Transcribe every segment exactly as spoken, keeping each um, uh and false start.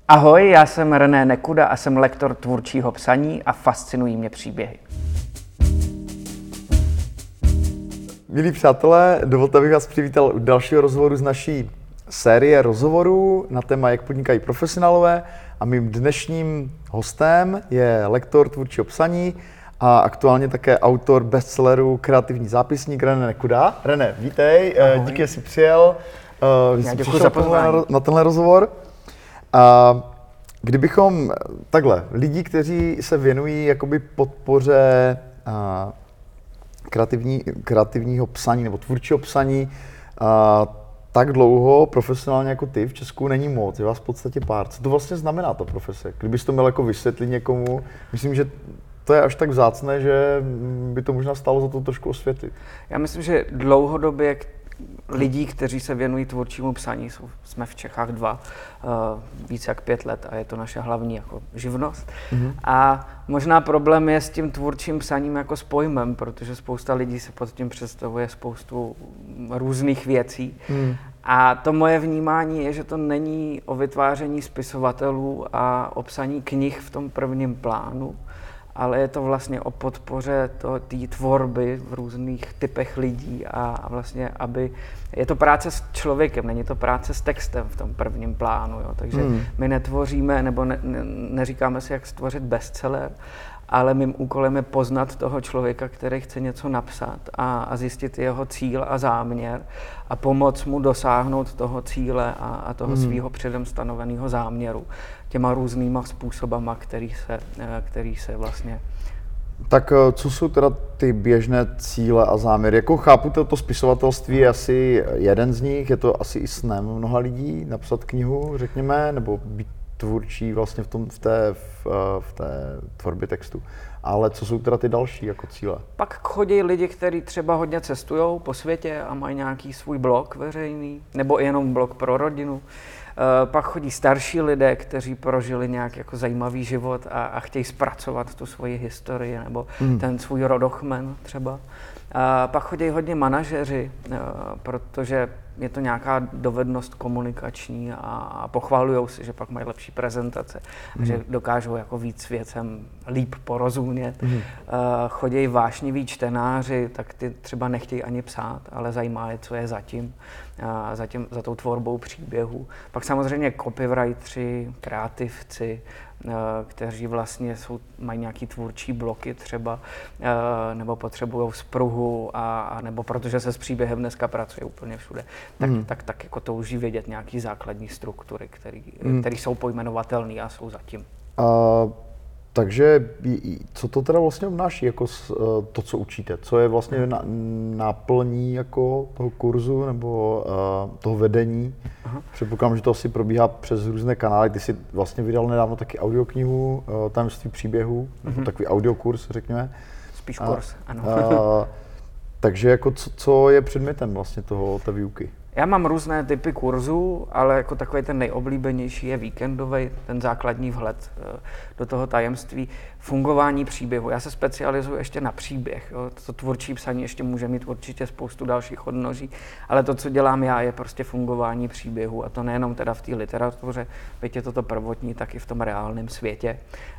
Ahoj, já jsem René Nekuda a jsem lektor tvůrčího psaní a fascinují mě příběhy. Milí přátelé, dovolte, abych vás přivítal u dalšího rozhovoru z naší série rozhovorů na téma Jak podnikají profesionálové. A mým dnešním hostem je lektor tvůrčího psaní a aktuálně také autor bestselleru Kreativní zápisník René Nekuda. René, vítej, Ahoj. Díky, že jsi přijel, že jsi přišel na, na tenhle rozhovor. A kdybychom takhle, lidi, kteří se věnují jakoby podpoře a, kreativní, kreativního psaní nebo tvůrčího psaní, a, tak dlouho profesionálně jako ty v Česku není moc, je vás v podstatě pár. Co to vlastně znamená ta profese? Kdybys to měl jako vysvětlit někomu, myslím, že to je až tak vzácné, že by to možná stálo za to trošku osvětlit. Já myslím, že dlouhodobě lidí, kteří se věnují tvůrčímu psaní, jsou, jsme v Čechách dva, uh, víc jak pět let a je to naše hlavní jako živnost. Mm-hmm. A možná problém je s tím tvůrčím psaním jako s pojmem, protože spousta lidí se pod tím představuje spoustu různých věcí. Mm. A to moje vnímání je, že to není o vytváření spisovatelů a o psaní knih v tom prvním plánu, ale je to vlastně o podpoře té tvorby v různých typech lidí a, a vlastně, aby... Je to práce s člověkem, není to práce s textem v tom prvním plánu, jo? Takže hmm. my netvoříme, nebo ne, ne, neříkáme si, jak stvořit bestseller, ale mým úkolem je poznat toho člověka, který chce něco napsat a, a zjistit jeho cíl a záměr a pomoct mu dosáhnout toho cíle a, a toho hmm. svého předem stanoveného záměru těma různýma způsobama, který se, který se vlastně... Tak co jsou teda ty běžné cíle a záměry? Jako chápu, to, to spisovatelství je asi jeden z nich, je to asi i snem mnoha lidí, napsat knihu, řekněme, nebo být tvůrčí vlastně v, tom, v, té, v, v té tvorbě textu. Ale co jsou teda ty další jako cíle? Pak chodí lidi, kteří třeba hodně cestujou po světě a mají nějaký svůj blog veřejný, nebo jenom blog pro rodinu. Uh, pak chodí starší lidé, kteří prožili nějak jako zajímavý život a, a chtějí zpracovat tu svoji historii nebo mm. ten svůj rodochmen třeba. Uh, pak chodí hodně manažeři, uh, protože je to nějaká dovednost komunikační a, a pochvalujou si, že pak mají lepší prezentace, mm. že dokážou jako víc věcem líp porozumět. Mm. Uh, chodí vášniví čtenáři, tak ty třeba nechtějí ani psát, ale zajímá je, co je zatím. A za, tím, za tou tvorbou příběhu. Pak samozřejmě copywriteri, kreativci, kteří vlastně jsou, mají nějaký tvůrčí bloky třeba, nebo potřebují spruhu, a, a nebo protože se s příběhem dneska pracuje úplně všude, tak, mm. tak, tak jako touží vědět nějaký základní struktury, které mm. jsou pojmenovatelné a jsou zatím. Uh... Takže co to teda vlastně obnáší, jako to, co učíte? Co je vlastně náplní jako toho kurzu nebo uh, toho vedení? Aha. Předpokládám, že to asi probíhá přes různé kanály. Ty jsi vlastně vydal nedávno taky audioknihu uh, Tajemství příběhů, mm-hmm. nebo takový audiokurs, řekněme. Spíš kurz, uh, ano. uh, takže jako co, co je předmětem vlastně toho, té výuky? Já mám různé typy kurzů, ale jako takový ten nejoblíbenější je víkendový, ten základní vhled do toho tajemství fungování příběhu. Já se specializuji ještě na příběh. Jo. To tvůrčí psaní ještě může mít určitě spoustu dalších odnoží, ale to, co dělám já, je prostě fungování příběhu a to nejenom teda v té literatuře, byť je to to prvotní, tak i v tom reálném světě,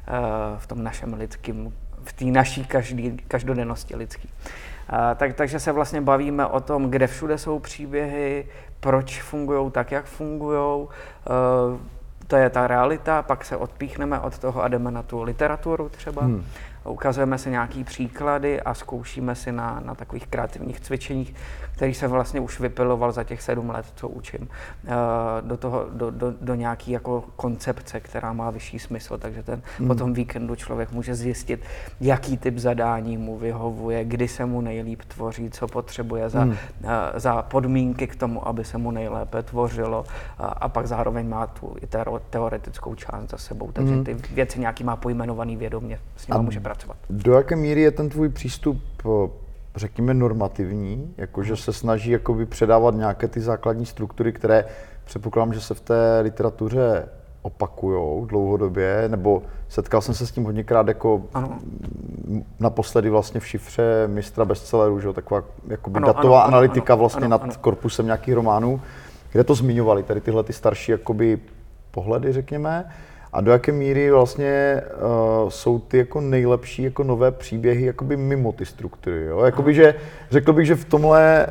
v tom našem lidském, v té naší každý, každodennosti lidský. A, tak, takže se vlastně bavíme o tom, kde všude jsou příběhy, proč fungují tak, jak fungují. E, to je ta realita, pak se odpíchneme od toho a jdeme na tu literaturu třeba. Hmm. Ukazujeme si nějaký příklady a zkoušíme si na, na takových kreativních cvičeních, který jsem vlastně už vypiloval za těch sedm let, co učím, do, toho, do, do, do nějaký jako koncepce, která má vyšší smysl. Takže ten, mm. po tom víkendu člověk může zjistit, jaký typ zadání mu vyhovuje, kdy se mu nejlíp tvoří, co potřebuje za, mm. za podmínky k tomu, aby se mu nejlépe tvořilo a, a pak zároveň má tu teoretickou část za sebou. Takže mm. ty věci nějaký má pojmenovaný vědomě, s ním může pracovat. Do jaké míry je ten tvůj přístup, řekněme, normativní, jakože se snaží jakoby předávat nějaké ty základní struktury, které předpokládám, že se v té literatuře opakujou dlouhodobě, nebo setkal jsem se s tím hodněkrát jako ano. naposledy vlastně v šifře mistra bestsellerů, že jo, taková jakoby ano, datová ano, analytika ano, vlastně ano, nad ano. korpusem nějakých románů, kde to zmiňovali, tady tyhle ty starší jakoby pohledy, řekněme, a do jaké míry vlastně uh, jsou ty jako nejlepší jako nové příběhy jakoby mimo ty struktury, jo? Jakoby, že řekl bych, že v tomhle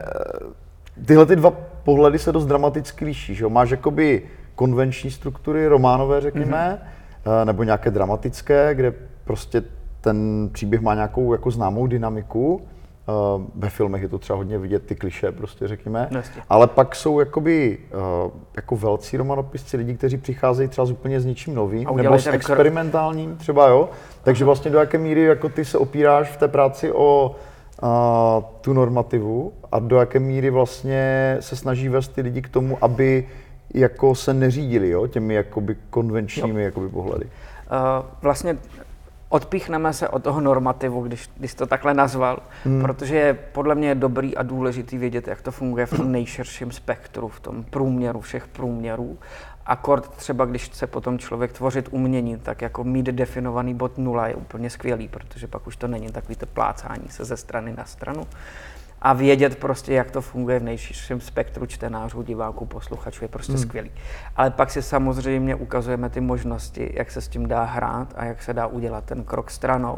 uh, tyhle ty dva pohledy se dost dramaticky liší, že jo? Máš jakoby konvenční struktury, románové, řekněme, mm-hmm. uh, nebo nějaké dramatické, kde prostě ten příběh má nějakou jako známou dynamiku. Uh, ve filmech je to třeba hodně vidět, ty klišé prostě řekněme, Vlastně. Ale pak jsou jakoby uh, jako velcí romanopisci, lidi, kteří přicházejí třeba z úplně s něčím novým, nebo s experimentálním třeba, jo. Takže vlastně do jaké míry jako ty se opíráš v té práci o uh, tu normativu a do jaké míry vlastně se snaží vést ty lidi k tomu, aby jako se neřídili, jo, těmi jakoby konvenčními jakoby pohledy. Uh, vlastně odpíchneme se od toho normativu, když, když to takhle nazval, hmm. protože je podle mě dobrý a důležitý vědět, jak to funguje v tom nejširším spektru, v tom průměru všech průměrů. Akord třeba, když chce potom člověk tvořit umění, tak jako mít definovaný bod nula je úplně skvělý, protože pak už to není takový to plácání se ze strany na stranu. A vědět prostě, jak to funguje v nejširším spektru čtenářů, diváků, posluchačů, je prostě hmm. skvělý. Ale pak si samozřejmě ukazujeme ty možnosti, jak se s tím dá hrát a jak se dá udělat ten krok stranou.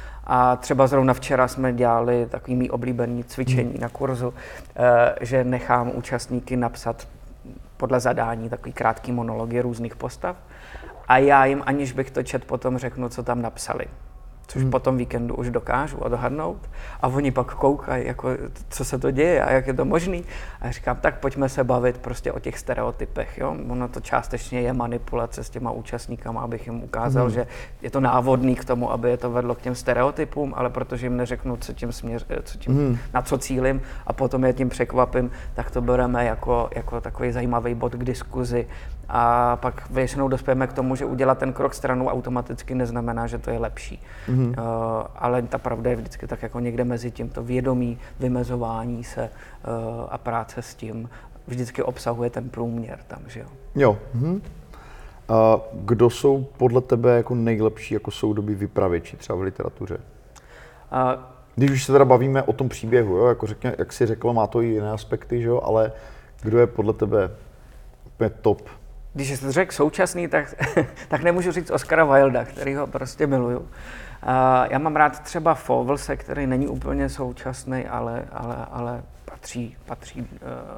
A třeba zrovna včera jsme dělali takový mý oblíbený cvičení hmm. na kurzu, že nechám účastníky napsat podle zadání takový krátký monology různých postav a já jim, aniž bych to čet, potom řeknu, co tam napsali. Což hmm. po tom víkendu už dokážu odhadnout. A oni pak koukají, jako, co se to děje a jak je to možný. A já říkám, tak pojďme se bavit prostě o těch stereotypech. Jo? Ono to částečně je manipulace s těma účastníkama, abych jim ukázal, hmm. že je to návodný k tomu, aby je to vedlo k těm stereotypům, ale protože jim neřeknu, co tím směř, co tím, hmm. na co cílim a potom je tím překvapím, tak to bereme jako, jako takový zajímavý bod k diskuzi. A pak většinou dospějeme k tomu, že udělat ten krok stranou automaticky neznamená, že to je lepší. Mm-hmm. Uh, ale ta pravda je vždycky tak jako někde mezi tím, to vědomí, vymezování se uh, a práce s tím vždycky obsahuje ten průměr tam, že jo. Jo. Mm-hmm. A kdo jsou podle tebe jako nejlepší jako soudobí vypravěči třeba v literatuře? Uh, Když už se teda bavíme o tom příběhu, jo, jako řekně, jak jsi řekl, má to i jiné aspekty, že jo, ale kdo je podle tebe úplně top? Když jsi řekl současný, tak, tak nemůžu říct Oscara Wilda, který ho prostě miluju. Uh, já mám rád třeba Fauvelse, který není úplně současný, ale, ale, ale patří, patří uh,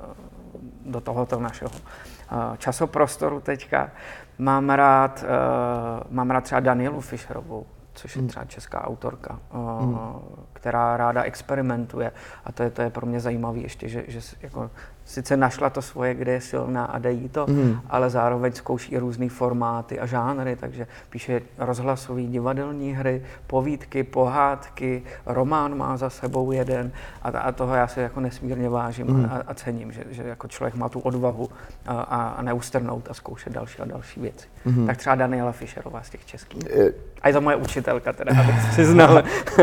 do tohoto našeho uh, časoprostoru teďka. Mám rád, uh, mám rád třeba Danielu Fischerovou, což je třeba česká autorka, uh, mm. která ráda experimentuje. A to je, to je pro mě zajímavé ještě, že, že jako, sice našla to svoje, kde je silná a dejí to, mm. ale zároveň zkouší různý formáty a žánry, takže píše rozhlasový divadelní hry, povídky, pohádky, román má za sebou jeden a, a toho já si jako nesmírně vážím mm. a, a cením, že, že jako člověk má tu odvahu a, a neustrnout a zkoušet další a další věci. Mm. Tak třeba Daniela Fischerová z těch českých. Je... A je to moje učitelka teda, abych si znal.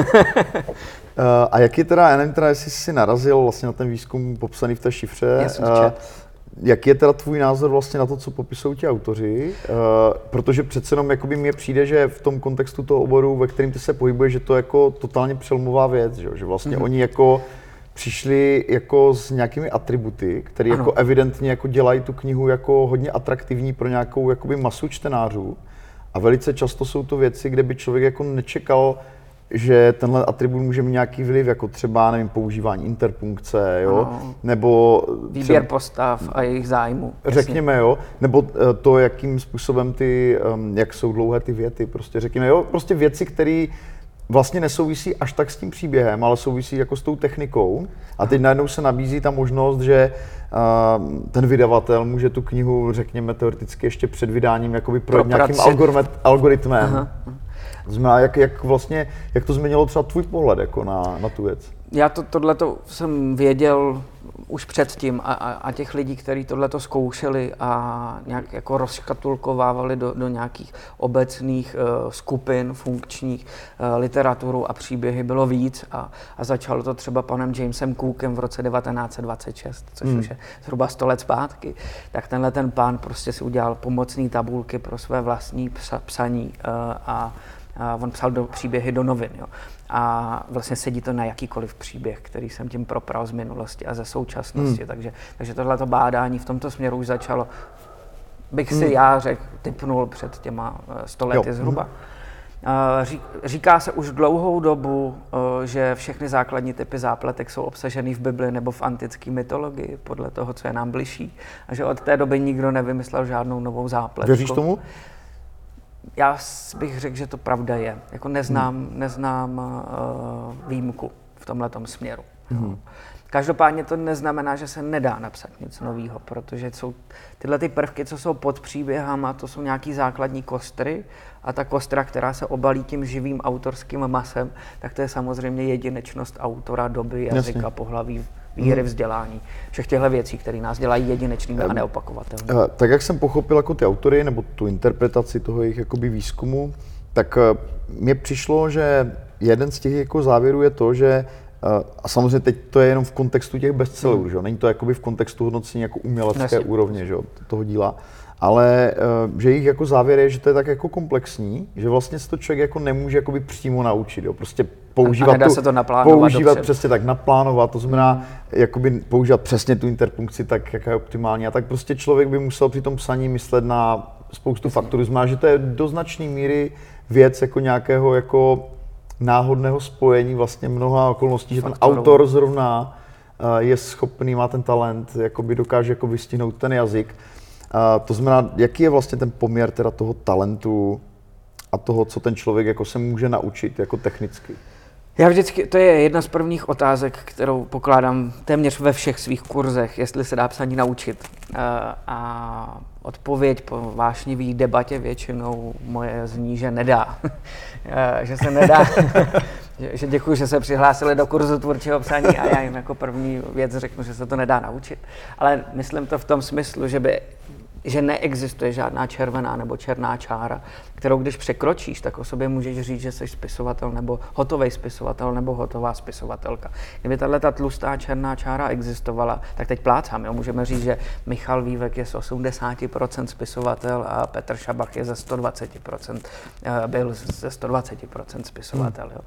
A jak je teda, já nevím teda, jestli jsi narazil vlastně na ten výzkum popsaný v té šifře, uh, jaký je teda tvůj názor vlastně na to, co popisují ti autoři, uh, protože přece jenom jakoby mně přijde, že v tom kontextu toho oboru, ve kterém ty se pohybuješ, že to je jako totálně přelomová věc, že, že vlastně mm-hmm. oni jako přišli jako s nějakými atributy, které jako evidentně jako dělají tu knihu jako hodně atraktivní pro nějakou jakoby masu čtenářů a velice často jsou to věci, kde by člověk jako nečekal, že tenhle atribut může mít nějaký vliv, jako třeba, nevím, používání interpunkce, jo, ano. nebo... Výběr třeba, postav a jejich zájmu. Řekněme, jo, nebo to, jakým způsobem ty, jak jsou dlouhé ty věty, prostě řekněme, jo, prostě věci, které vlastně nesouvisí až tak s tím příběhem, ale souvisí jako s tou technikou. A teď najednou se nabízí ta možnost, že uh, ten vydavatel může tu knihu, řekněme, teoreticky ještě před vydáním jakoby projít nějakým algoritmem. Aha. To znamená, jak, jak vlastně, jak to změnilo třeba tvůj pohled jako na, na tu věc? Já to, tohleto jsem věděl už předtím a, a, a těch lidí, kteří tohleto zkoušeli a nějak jako rozškatulkovávali do, do nějakých obecných uh, skupin funkčních uh, literaturu a příběhy bylo víc a, a začalo to třeba panem Jamesem Cookem v roce devatenáct set dvacet šest, což hmm. už je zhruba sto let zpátky, tak tenhle ten pán prostě si udělal pomocné tabulky pro své vlastní psa, psaní uh, a A on psal do, příběhy do novin, jo. A vlastně sedí to na jakýkoliv příběh, který jsem tím propral z minulosti a ze současnosti. Hmm. Takže, takže tohleto bádání v tomto směru už začalo bych si Hmm. já řekl, tipnul před těma sto lety Jo. zhruba. Uh, Říká se už dlouhou dobu, uh, že všechny základní typy zápletek jsou obsaženy v Bibli nebo v antické mytologii, podle toho, co je nám bližší. A že od té doby nikdo nevymyslel žádnou novou zápletku. Věříš tomu? Já bych řekl, že to pravda je. Jako neznám, hmm. neznám uh, výjimku v tomhletom směru. Hmm. Každopádně to neznamená, že se nedá napsat nic nového, protože jsou tyhle ty prvky, co jsou pod příběhama, to jsou nějaký základní kostry a ta kostra, která se obalí tím živým autorským masem, tak to je samozřejmě jedinečnost autora, doby, jazyka, Jasně. pohlaví, víry, vzdělání. Všech těchto věcí, které nás dělají jedinečnými a neopakovatelnými. Tak jak jsem pochopil jako ty autory nebo tu interpretaci toho jejich jakoby výzkumu, tak mně přišlo, že jeden z těch jako závěrů je to, že a samozřejmě teď to je jenom v kontextu těch bestsellerů, hmm. že jo? Není to jakoby v kontextu hodnocení jako umělecké Jasně. úrovně, že jo? Toho díla, ale že jejich jako závěr je, že to je tak jako komplexní, že vlastně se to člověk jako nemůže jakoby přímo naučit, jo? Prostě používat, nedá tu, se to naplánovat používat dopředu. přesně tak, naplánovat, to znamená hmm. jakoby používat přesně tu interpunkci tak, jaká je optimální, a tak prostě člověk by musel při tom psaní myslet na spoustu Jasně. faktorů, znamená, že to je do značné míry věc jako nějakého jako náhodného spojení vlastně mnoha okolností, že ten Faktorů. autor zrovna uh, je schopný, má ten talent, jakoby dokáže jako vystihnout ten jazyk. Uh, to znamená, jaký je vlastně ten poměr teda toho talentu a toho, co ten člověk jako se může naučit jako technicky? Já vždycky, to je jedna z prvních otázek, kterou pokládám téměř ve všech svých kurzech, jestli se dá psaní naučit. Uh, a odpověď po vášnivý debatě většinou moje zní, že nedá. že se nedá. že děkuji, že se přihlásili do kurzu tvůrčího psaní a já jim jako první věc řeknu, že se to nedá naučit. Ale myslím to v tom smyslu, že by že neexistuje žádná červená nebo černá čára, kterou když překročíš, tak o sobě můžeš říct, že jsi spisovatel nebo hotový spisovatel nebo hotová spisovatelka. Kdyby tato tlustá černá čára existovala, tak teď plácám, jo? Můžeme říct, že Michal Vývek je z osmdesát procent spisovatel a Petr Šabach je ze sto dvacet procent, byl ze sto dvacet procent spisovatel. Jo?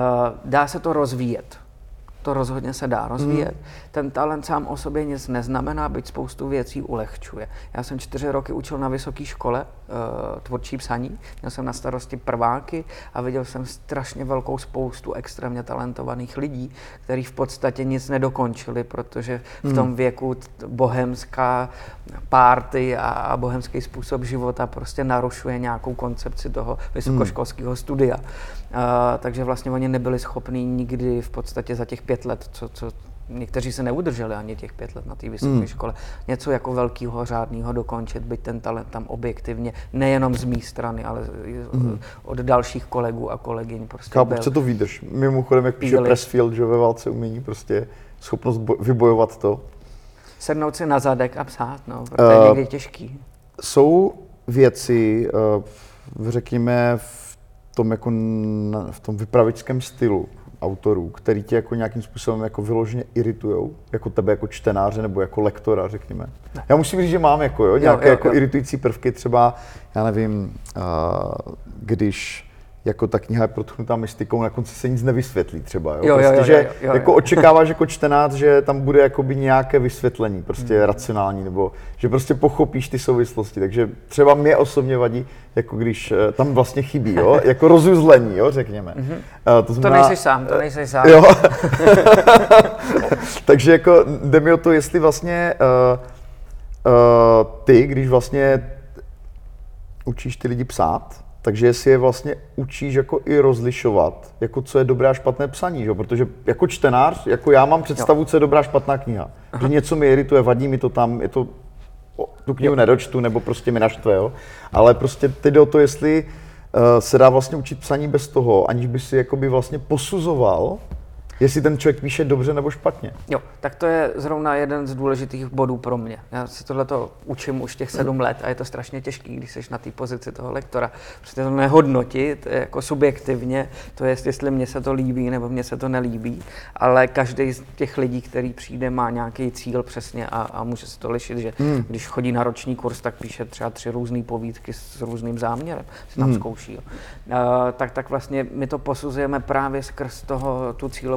Dá se to rozvíjet. To rozhodně se dá rozvíjet. Hmm. Ten talent sám o sobě nic neznamená, byť spoustu věcí ulehčuje. Já jsem čtyři roky učil na vysoké škole uh, tvůrčí psaní, měl jsem na starosti prváky a viděl jsem strašně velkou spoustu extrémně talentovaných lidí, kteří v podstatě nic nedokončili, protože v tom věku bohemská party a, a bohemský způsob života prostě narušuje nějakou koncepci toho vysokoškolského studia. Uh, takže vlastně oni nebyli schopní nikdy v podstatě za těch pět let, co, co někteří se neudrželi ani těch pět let na té vysoké mm. škole, něco jako velkého řádného dokončit, byť ten talent tam objektivně, nejenom z mé strany, ale mm. od dalších kolegů a kolegyň prostě Chápu, byl. co to vydrž? Mimochodem, jak píše Pressfield, že ve válce umění prostě schopnost boj- vybojovat to. Sednout si na zadek a psát, no, protože uh, je někdy těžký. Jsou věci, uh, řekněme, v tom, jako na, v tom vypravičském stylu autorů, který tě jako nějakým způsobem jako vyloženě iritujou, jako tebe jako čtenáře nebo jako lektora, řekněme. Ne. Já musím říct, že mám jako, jo, nějaké jo, jo, jako jo. iritující prvky, třeba, já nevím, uh, když jako ta kniha je protchnutá mystikou, na konci se nic nevysvětlí třeba, jo, jo, prostě, jo, jo, že jo, jo, jako jo. očekáváš jako čtenář, že tam bude jakoby nějaké vysvětlení, prostě hmm. racionální, nebo že prostě pochopíš ty souvislosti, takže třeba mě osobně vadí, jako když tam vlastně chybí, jo, jako rozuzlení, jo, řekněme. Mm-hmm. Uh, to, znamená, to nejsi sám, to nejsi sám. Jo. Takže jako jde mi o to, jestli vlastně uh, uh, ty, když vlastně učíš ty lidi psát, takže si je vlastně učíš jako i rozlišovat, jako co je dobré a špatné psaní, že? Protože jako čtenář, jako já mám představu, co je dobrá a špatná kniha. Aha. Že něco mi irituje, vadí mi to tam, je to, tu knihu nedočtu, nebo prostě mi naštve, jo. Ale prostě teď jde o to, jestli uh, se dá vlastně učit psaní bez toho, aniž by si jakoby vlastně posuzoval, jestli ten člověk píše dobře nebo špatně. Jo, tak to je zrovna jeden z důležitých bodů pro mě. Já si tohleto učím už těch sedm let a je to strašně těžký, když jsi na té pozici toho lektora. Prostě to nehodnotit jako subjektivně, to je, jestli mně se to líbí nebo mně se to nelíbí, ale každý z těch lidí, který přijde, má nějaký cíl přesně a, a může se to lišit, že hmm. když chodí na roční kurz, tak píše třeba tři různé povídky s různým záměrem, se tam hmm. zkouší. Jo. Uh, tak, tak vlastně my to posuzujeme právě skrz toho, tu cílovou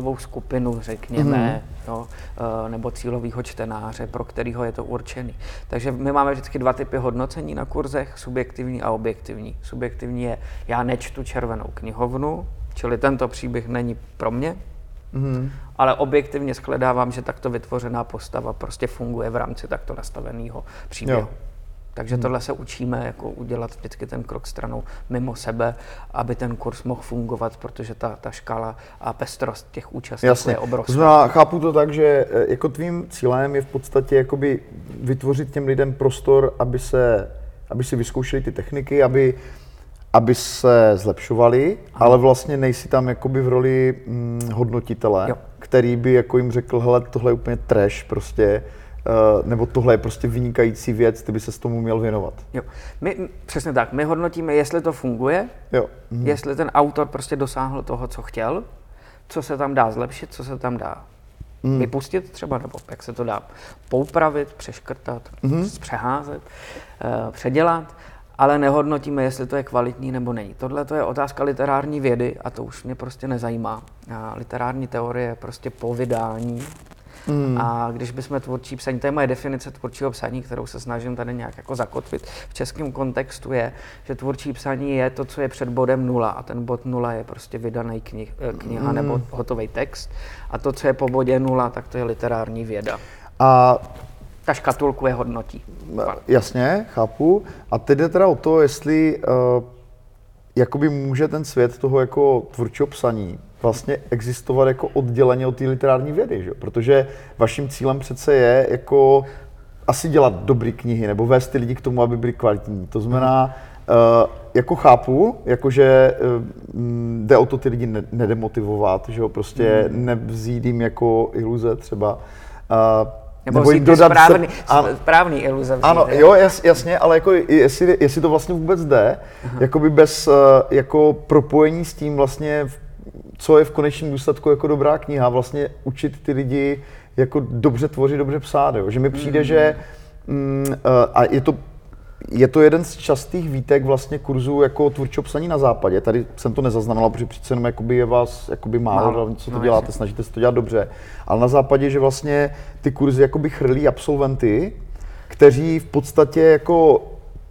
cílovou skupinu, řekněme, mm. jo, nebo cílového čtenáře, pro kterého je to určený. Takže my máme vždycky dva typy hodnocení na kurzech, subjektivní a objektivní. Subjektivní je, já nečtu červenou knihovnu, čili tento příběh není pro mě, mm. ale objektivně shledávám, že takto vytvořená postava prostě funguje v rámci takto nastaveného příběhu. Jo. Takže hmm. tohle se učíme jako udělat vždycky ten krok stranou mimo sebe, aby ten kurz mohl fungovat, protože ta, ta škála a pestrost těch účastníků je obrovská. Znamená, chápu to tak, že jako tvým cílem je v podstatě jakoby vytvořit těm lidem prostor, aby se, aby si vyzkoušeli ty techniky, aby, aby se zlepšovali, Aha. ale vlastně nejsi tam jakoby v roli hm, hodnotitele, jo. který by jako jim řekl, hele, tohle je úplně trash prostě, Uh, nebo tohle je prostě vynikající věc, ty by se s tomu měl věnovat. Jo. My, přesně tak, my hodnotíme, jestli to funguje, jo. Mhm. jestli ten autor prostě dosáhl toho, co chtěl, co se tam dá zlepšit, co se tam dá mhm. vypustit třeba, nebo jak se to dá poupravit, přeškrtat, mhm. přeházet, uh, předělat, ale nehodnotíme, jestli to je kvalitní nebo není. Tohle to je otázka literární vědy a to už mě prostě nezajímá. A literární teorie je prostě povídání. Mm. A když bychom tvůrčí psaní, to je moje definice tvůrčího psaní, kterou se snažím tady nějak jako zakotvit v českém kontextu, je, že tvůrčí psaní je to, co je před bodem nula a ten bod nula je prostě vydaný knih, kniha mm. nebo hotový text a to, co je po bodě nula, tak to je literární věda. A ta škatulku je hodnotí. Jasně, chápu. A teď jde teda o to, jestli uh, jakoby může ten svět toho jako tvůrčího psaní vlastně existovat jako odděleně od té literární vědy, že? Protože vaším cílem přece je jako asi dělat dobré knihy nebo vést ty lidi k tomu, aby byly kvalitní. To znamená, uh, jako chápu, jakože uh, jde o to ty lidi ne- nedemotivovat, že jo, prostě mm. nevzít jim jako iluze třeba. Uh, Nebo, nebo jim dodat správný, se, správný iluze vzít, ano, jo, jas, jasně, ale jako jestli, jestli to vlastně vůbec jde, uh-huh. jakoby bez uh, jako propojení s tím vlastně, co je v konečném důsledku jako dobrá kniha, vlastně učit ty lidi jako dobře tvořit, dobře psát, jo. Že mi přijde, mm. že mm, uh, a je to Je to jeden z častých výtek vlastně kurzů jako tvůrčího psaní na západě. Tady jsem to nezaznamenal, protože přece jenom jakoby je vás jakoby málo, málo. co to no, děláte, snažíte se to dělat dobře. Ale na západě, že vlastně ty kurzy jakoby chrlí absolventy, kteří v podstatě jako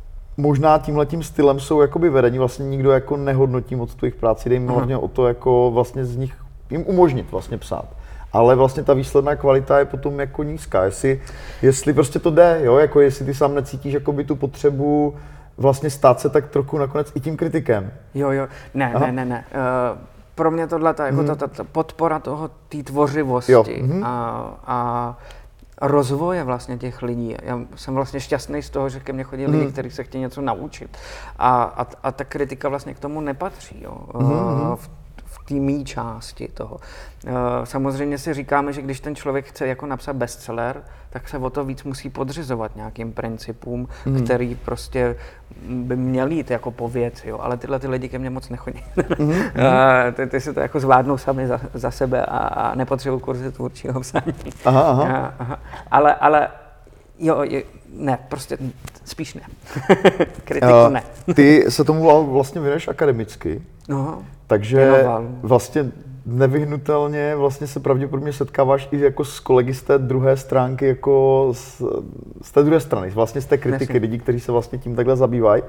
možná tímhletím stylem jsou jakoby vedení, vlastně nikdo jako nehodnotí moc tu jejich práci, jde jim hlavně o to jako vlastně z nich jim umožnit vlastně psát. Ale vlastně ta výsledná kvalita je potom jako nízká, jestli, jestli prostě to jde, jo, jako jestli ty sám necítíš jakoby tu potřebu vlastně stát se tak trochu nakonec i tím kritikem. Jo, jo, ne, Aha. ne, ne, ne. Uh, pro mě tohle ta, jako mm. ta, ta, ta podpora toho, té tvořivosti jo. Mm. a, a rozvoje vlastně těch lidí. Já jsem vlastně šťastný z toho, že ke mně chodí mm. lidi, kteří se chtějí něco naučit. A, a, a ta kritika vlastně k tomu nepatří, jo. Mm. Uh, v, té mý části toho. Samozřejmě si říkáme, že když ten člověk chce jako napsat bestseller, tak se o to víc musí podřizovat nějakým principům, mm. který prostě by měl jít jako po věci, jo. Ale tyhle ty lidi ke mně moc nechodí. Mm. ty, ty si to jako zvládnou sami za, za sebe a, a nepotřebují kurzy tvůrčího psání. Aha, aha. aha. Ale, ale jo, je, ne, prostě spíš ne. Kritiku uh, ne. Ty se tomu vlastně věnuješ akademicky. No. Takže vlastně nevyhnutelně vlastně se pravděpodobně setkáváš i jako s kolegy z té druhé stránky, jako z, z té druhé strany, vlastně z té kritiky Nesmí. lidí, kteří se vlastně tím takhle zabývají.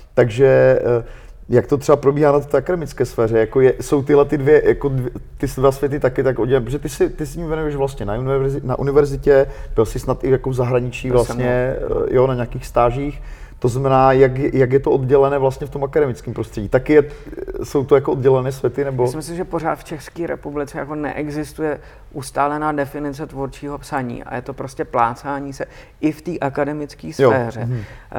Takže jak to třeba probíhá na té akademické sféře, jako je, jsou tyhle ty dvě, jako dvě, ty dva světy taky tak oddělené, protože ty si, ty si ním věnuješ vlastně na, univerzi, na univerzitě, byl jsi snad i jako v zahraničí vlastně, jo, na nějakých stážích. To znamená, jak, jak je to oddělené vlastně v tom akademickém prostředí? Taky je, jsou to jako oddělené světy, nebo? Myslím si, že pořád v České republice jako neexistuje ustálená definice tvůrčího psaní a je to prostě plácání se i v té akademické sféře. Mhm. Uh,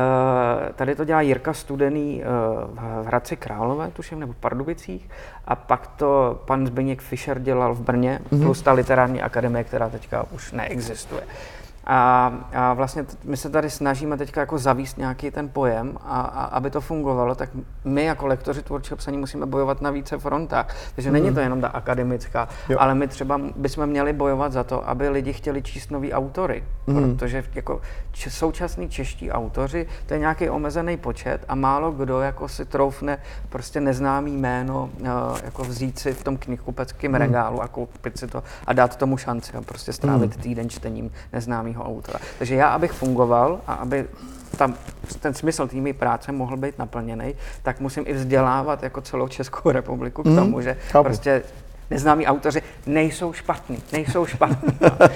tady to dělá Jirka Studený uh, v Hradci Králové, tuším, nebo v Pardubicích, a pak to pan Zbyněk Fischer dělal v Brně, mhm. plus ta literární akademie, která teďka už neexistuje. A, a vlastně t- my se tady snažíme teďka jako zavíst nějaký ten pojem a, a aby to fungovalo, tak my jako lektoři tvůrčího psaní musíme bojovat na více frontách. Takže mm. není to jenom ta akademická, jo. ale my třeba bychom měli bojovat za to, aby lidi chtěli číst nový autory, mm. protože jako č- současní čeští autoři, to je nějaký omezený počet a málo kdo jako si troufne prostě neznámý jméno uh, jako vzít si v tom knihkupeckém mm. regálu a koupit si to a dát tomu šanci a prostě strávit mm. týden čtením neznámý autora. Takže já, abych fungoval a aby tam, ten smysl té mé práce mohl být naplněný, tak musím i vzdělávat jako celou Českou republiku k tomu, mm, že chápu. Prostě neznámí autoři nejsou špatní, nejsou špatní.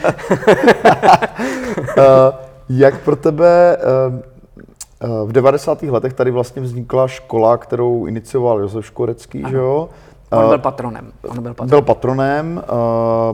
uh, jak pro tebe uh, v devadesátých letech tady vlastně vznikla škola, kterou inicioval Josef Škorecký, že jo? On byl patronem. On byl patronem. Byl patronem. Uh,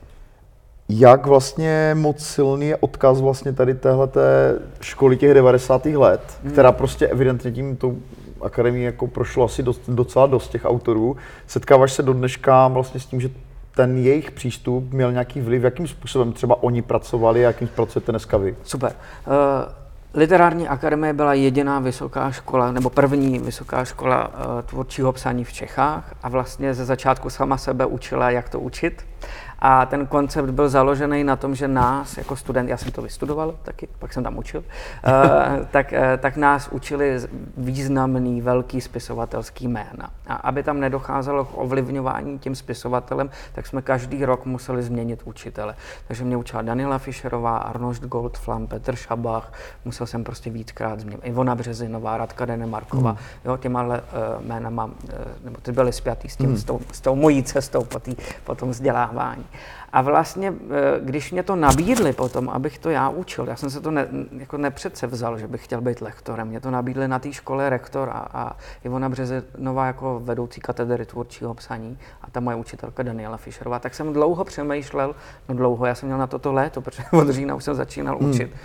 Jak vlastně moc silný je odkaz vlastně tady téhleté školy těch devadesátých let, hmm. která prostě evidentně tím tou akademií jako prošlo asi dost, docela dost těch autorů. Setkáváš se do dneška vlastně s tím, že ten jejich přístup měl nějaký vliv, jakým způsobem třeba oni pracovali a jakým pracujete dneska vy? Super. Uh... Literární akademie byla jediná vysoká škola, nebo první vysoká škola uh, tvůrčího psaní v Čechách a vlastně ze začátku sama sebe učila, jak to učit. A ten koncept byl založený na tom, že nás jako student, já jsem to vystudoval taky, pak jsem tam učil, uh, tak, uh, tak nás učili významný, velký spisovatelský jména. A aby tam nedocházelo k ovlivňování tím spisovatelem, tak jsme každý rok museli změnit učitele. Takže mě učila Daniela Fischerová, Arnošt Goldflam, Petr Šabach, musel jsem prostě víckrát změnit. Ivona Březinová, Radka Denemarková, mm. jo, těma uh, jménama, uh, nebo ty byly spjatý s tím, mm. s, tou, s tou mojí cestou po, tý, po tom vzdělávání. A vlastně, když mě to nabídli potom, abych to já učil, já jsem se to ne, jako nepředsevzal, že bych chtěl být lektorem. Mě to nabídli na té škole rektor a, a Ivona Březinová jako vedoucí katedry tvůrčího psaní a ta moje učitelka Daniela Fischerová. Tak jsem dlouho přemýšlel, no dlouho, já jsem měl na toto léto, protože od října už jsem začínal hmm. učit.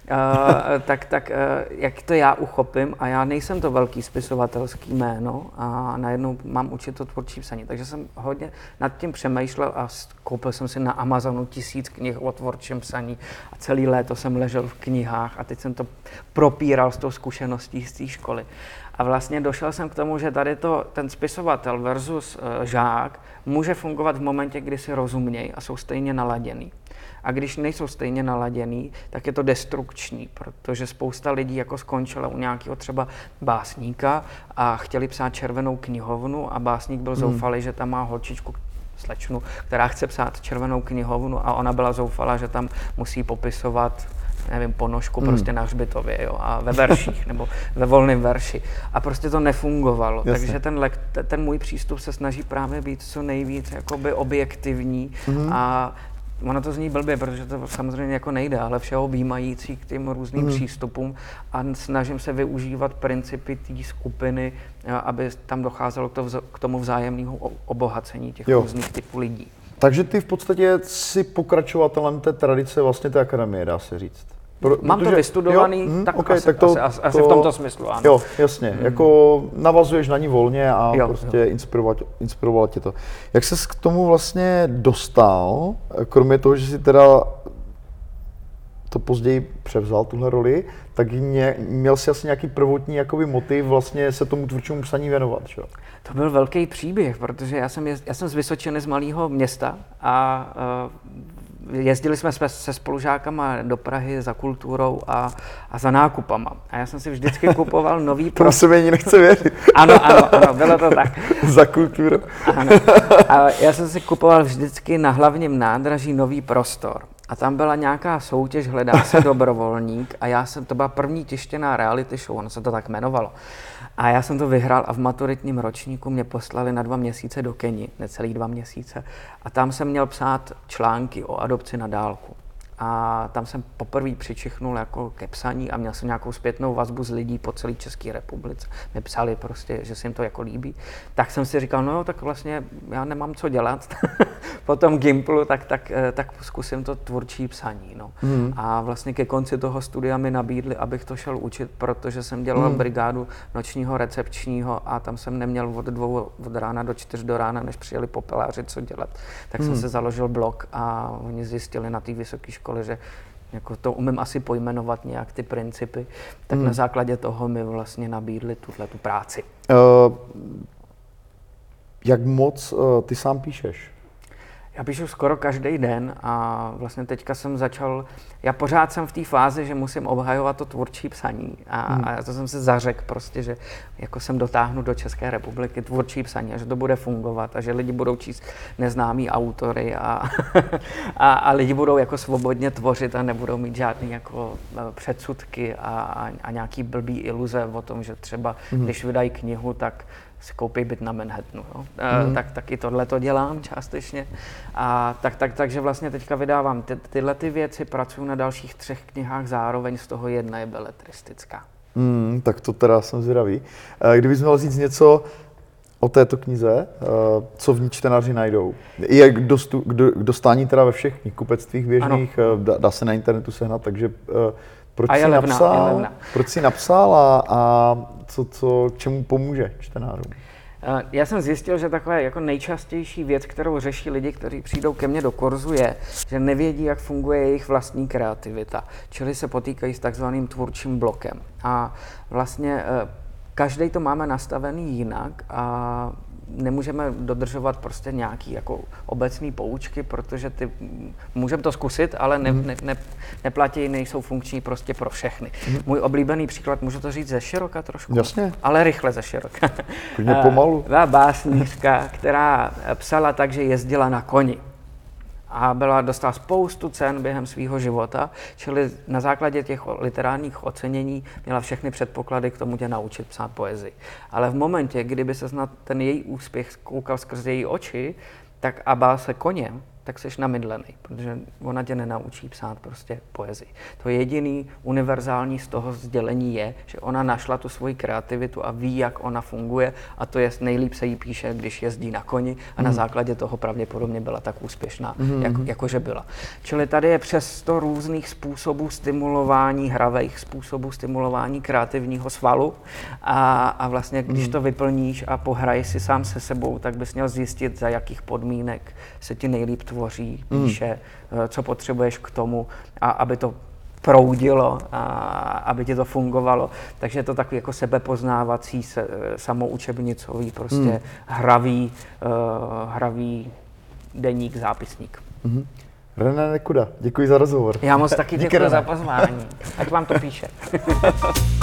Uh, tak, tak uh, jak to já uchopím a já nejsem to velký spisovatelský jméno a najednou mám učit to tvůrčí psaní. Takže jsem hodně nad tím přemýšlel a koupil jsem si na Amazonu tisíc knih o tvůrčím psaní a celý léto jsem ležel v knihách a teď jsem to propíral s tou zkušeností z té školy. A vlastně došel jsem k tomu, že tady to, ten spisovatel versus uh, žák může fungovat v momentě, kdy si rozumějí a jsou stejně naladěný. A když nejsou stejně naladěný, tak je to destrukční, protože spousta lidí jako skončila u nějakého třeba básníka a chtěli psát Červenou knihovnu a básník byl zoufalý, hmm. že tam má holčičku, slečnu, která chce psát Červenou knihovnu a ona byla zoufalá, že tam musí popisovat, nevím, ponožku hmm. prostě na hřbitově, jo, a ve verších nebo ve volném verši. A prostě to nefungovalo. Jasně. Takže ten, lek, ten můj přístup se snaží právě být co nejvíc jakoby objektivní hmm. a ono to zní blbě, protože to samozřejmě jako nejde, ale všeobjímající k těm různým mm. přístupům a snažím se využívat principy té skupiny, aby tam docházelo k, to vz- k tomu vzájemnému obohacení těch jo. různých typů lidí. Takže ty v podstatě jsi pokračovatelem té tradice vlastně té akademie, dá se říct. Pro, Mám protože, to vystudovaný, jo, tak, okay, asi, tak to, asi, asi to, v tomto smyslu, ano. Jo, jasně, mm. jako navazuješ na ní volně a jo, prostě jo. inspirovat, inspirovalo tě to. Jak ses k tomu vlastně dostal, kromě toho, že jsi teda to později převzal, tuhle roli, tak ně, měl jsi asi nějaký prvotní jakoby motiv vlastně se tomu tvůrčímu psaní věnovat, čo? To byl velký příběh, protože já jsem, já jsem z Vysočiny, z malého města a uh, jezdili jsme se spolužákama do Prahy za kulturou a, a za nákupama. A já jsem si vždycky kupoval nový... To na sebe ani nechce věřit. Ano, ano, ano, bylo to tak. Za kulturou. Ano. A já jsem si kupoval vždycky na hlavním nádraží nový prostor. A tam byla nějaká soutěž, hledá se dobrovolník a já jsem, to byla první tištěná reality show, ono se to tak jmenovalo. A já jsem to vyhrál a v maturitním ročníku mě poslali na dva měsíce do Keni, necelý dva měsíce. A tam jsem měl psát články o adopci na dálku. A tam jsem poprvé přičichnul jako ke psaní a měl jsem nějakou zpětnou vazbu z lidí po celé České republice. Mi psali prostě, že se jim to jako líbí. Tak jsem si říkal, no tak vlastně já nemám co dělat po tom Gimplu, tak, tak, tak zkusím to tvůrčí psaní. No. Mm. A vlastně ke konci toho studia mi nabídli, abych to šel učit, protože jsem dělal mm. brigádu nočního recepčního a tam jsem neměl od dvou od rána do čtyř do rána, než přijeli popeláři, co dělat. Tak mm. jsem se založil blog a oni zjistili na té vysoké škole, že jako to umím asi pojmenovat nějak ty principy, tak hmm. na základě toho mi vlastně nabídli tuhletu práci. Uh, jak moc uh, ty sám píšeš? Já píšu skoro každý den a vlastně teďka jsem začal, já pořád jsem v té fázi, že musím obhajovat to tvůrčí psaní a, hmm. a to jsem se zařekl prostě, že jako jsem dotáhnu do České republiky tvůrčí psaní a že to bude fungovat a že lidi budou číst neznámý autory a, a, a lidi budou jako svobodně tvořit a nebudou mít žádný jako předsudky a, a, a nějaký blbý iluze o tom, že třeba hmm. když vydají knihu, tak si koupí byt na Manhattanu, jo? Mm. tak taky tohle to dělám částečně. A tak, tak, takže vlastně teďka vydávám ty, tyhle ty věci, pracuji na dalších třech knihách zároveň, z toho jedna je beletristická. Mm, tak to teda jsem zvědavý. Kdybys měl říct něco o této knize, co v ní čtenáři najdou? Je k, dostu, k dostání teda ve všech knihkupectvích běžných, dá, dá se na internetu sehnat, takže proč jsi levna, napsal, proč jsi napsal a, a co, co, čemu pomůže čtenářům? Já jsem zjistil, že taková jako nejčastější věc, kterou řeší lidi, kteří přijdou ke mně do kurzu, je, že nevědí, jak funguje jejich vlastní kreativita, čili se potýkají s takzvaným tvůrčím blokem. A vlastně každý to máme nastavený jinak a nemůžeme dodržovat prostě nějaký jako obecný poučky, protože ty, můžeme to zkusit, ale ne, ne, ne, neplatí, nejsou funkční prostě pro všechny. Mm. Můj oblíbený příklad, můžu to říct ze široka trošku? Jasně. Ale rychle ze široka. Klidně pomalu. Byla básnířka, která psala tak, že jezdila na koni. A byla, dostala spoustu cen během svého života, čili na základě těch literárních ocenění měla všechny předpoklady k tomu tě naučit psát poezii. Ale v momentě, kdyby se na ten její úspěch koukal skrze její oči, tak a bál se koně, tak seš namydlený, protože ona tě nenaučí psát prostě poezii. To jediný univerzální z toho sdělení je, že ona našla tu svoji kreativitu a ví, jak ona funguje a to je nejlíp se jí píše, když jezdí na koni a na základě toho pravděpodobně byla tak úspěšná, mm. jak, jakože byla. Čili tady je přes sto různých způsobů stimulování, hravých způsobů stimulování kreativního svalu a, a vlastně když to vyplníš a pohraješ si sám se sebou, tak bys měl zjistit, za jakých podmínek se ti nejlíp tvoří, píše, mm. co potřebuješ k tomu, a aby to proudilo a aby ti to fungovalo. Takže je to takový jako sebepoznávací, se, samoučebnicový, prostě mm. hravý, uh, hravý deník, zápisník. Mm-hmm. René Nekuda, děkuji za rozhovor. Já moc taky děkuji za pozvání. Ať vám to píše.